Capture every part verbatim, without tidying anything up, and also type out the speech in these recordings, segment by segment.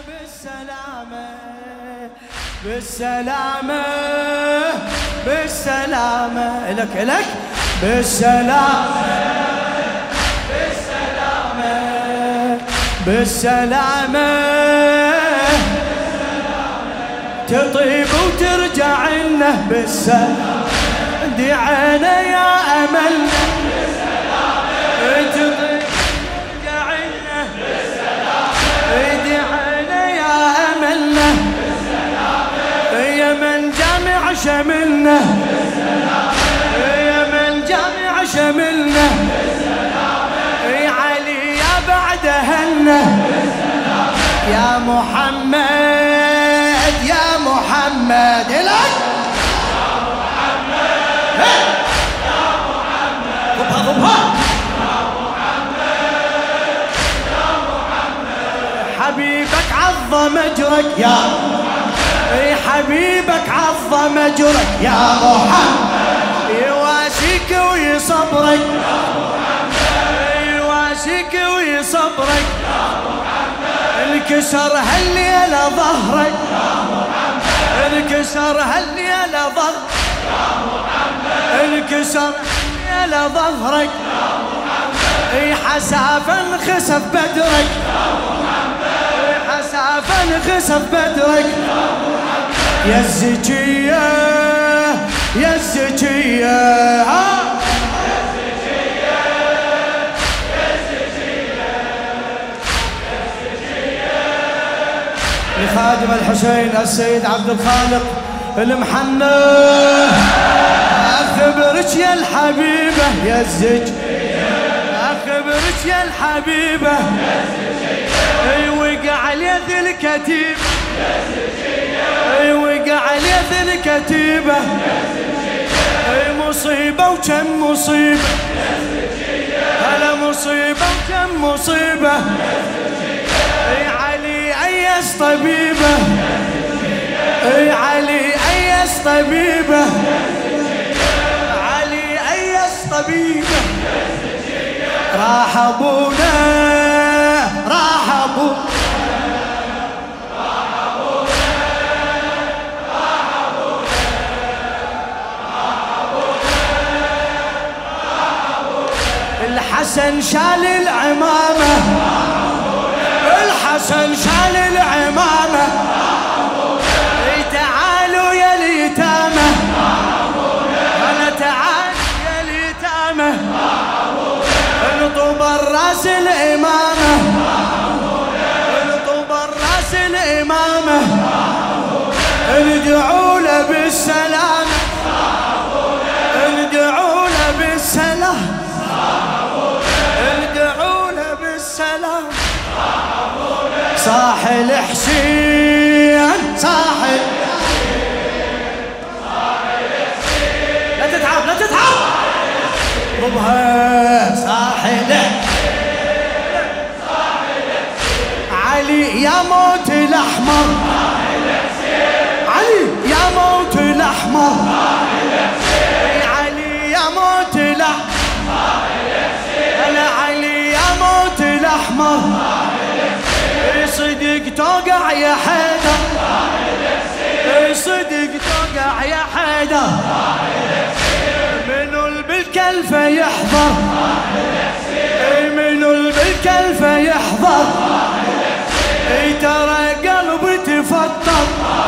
بالسلامة بالسلامة بالسلامة إلك إلك بالسلامة بالسلامة بالسلامة تطيب وترجع لنا بالسلامة دعينا يا أملنا بالسلامة تطيب وترجع لنا بالسلامة دعينا يا أملنا بالسلامة يا من جامع شملنا بالسلامة يا من جامع شملنا بالسلامة يا علي يا بعد هنا بالسلامة يا محمد يا محمد إلك يا محمد يا محمد ضبها ضبها يا محمد يا محمد حبيبك عظم أجرك يا محمد حبيبك عظم أجرك يا محمد يواسيك ويصبرك يا محمد يواسيك ويصبرك يا محمد انكسر هالليلة ظهرك يا محمد انكسر هالليلة ظهرك يا محمد انكسر هالليلة ظهرك يا محمد اي حسافا انخسف بدرك يا محمد اي حسافا انخسف بدرك يا محمد يا الزكية يا الزكية لخادم الحسين السيد عبد الخالق المحنى أخبرك يا الحبيبة يا الزكية أخبرك يا الحبيبة يا زكية اي وقع اليد الكتيبة يا زكية اي وقع اليد الكتيبة يا زكية اي مصيبة وكم مصيبة يا زكية هلا مصيبة وكم مصيبة يا زكية اي علي ايس طبيبة يا زكية اي علي ايس طبيبة يا زكية علي ايس طبيبة يا زكية راح ابونا راح ابونا الحسن شال العمامة الحسن شال العمامة اي تعالوا يا اليتامى انا تعالوا يا اليتامى انطب الراس الامامة انطب الراس الامامة ادعوا له بالسلامة ادعوا له بالسلامة ادعوا له بالسلام صاح الحسين صاح لا تتعب لا تتعب ضبها صاح علي يا موت الأحمر علي يا موت الأحمر علي يا موت الأحمر أنا علي يا موت الأحمر صدق توقع يا حيدر صدق توقع يا حيدر منو بالكلفة يحضر منو بالكلفة يحضر ترى قلبي تفطر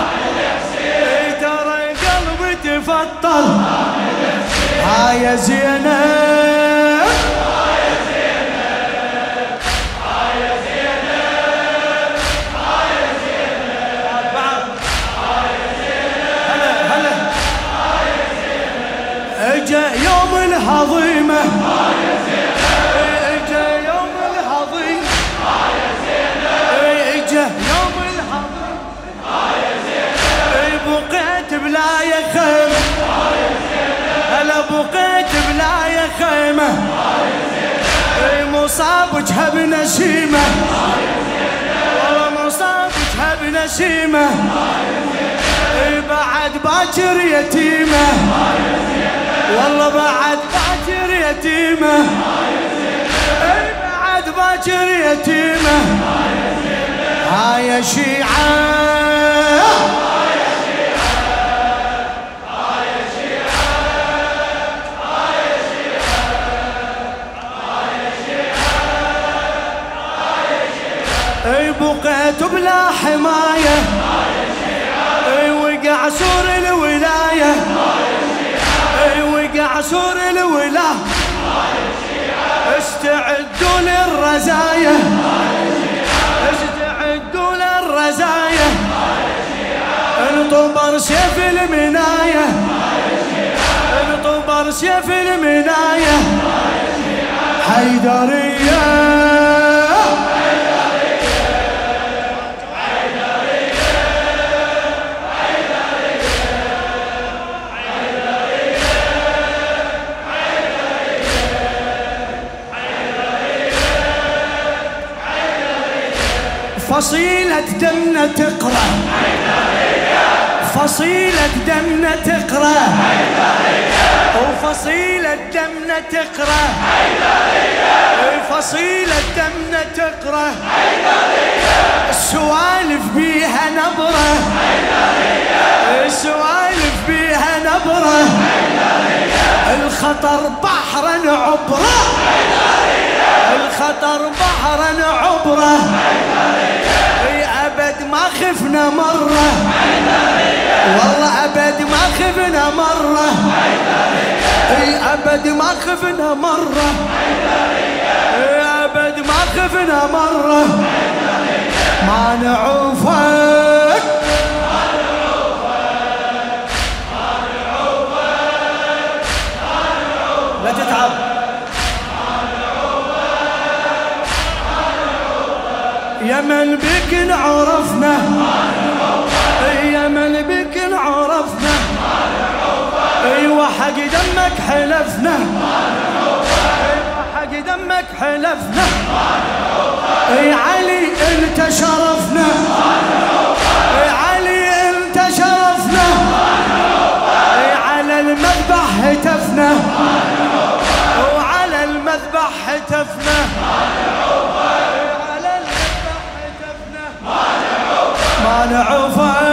ترى قلبي تفطر ها يا زينب اجا يوم الهضيمة اجا يوم الهضيمة اجا يوم الهضيمة بقيت بلا يا خيمة هلا بقيت بلا يا خيمة مصاب وجهها بنسيمة والله مصاب وجهها بنسيمة بعد باكر يتيمة والله بعد باكر يتيمة بعد باكر يتيمة ها يا شيعة ها يا شيعة ها يا شيعة ها يا شيعة ها يا شيعة ها يا شيعة. اي بقيت بلا حماية اي وقع سور الولاية اي وقع سور الولاية استعدوا للرزايا استعدوا للرزايا انطبر سيف المناية انطبر سيف المناية حيدرية فصيلة دمنا تقرأ فصيلة دمنا تقرأ وفصيلة دمنا تقرأ فصيلة دمنا تقرأ السوالف بيها نبرة السوالف بيها نبرة الخطر بحرا عبرة الخطر بحرا عبرة أبد ما خفنا مرة والله أبد ما خفنا مرة أبد ما خفنا مرة أبد ما خفنا مرة ما نعوفك لا تتعب يا من بك عرفنا يا من بك عرفنا ايوه حق دمك حلفنا ايوه حق دمك حلفنا اي علي انت شرفنا اي علي انت شرفنا اي على المذبح هتفنا وعلى المذبح هتفنا ما نعوفك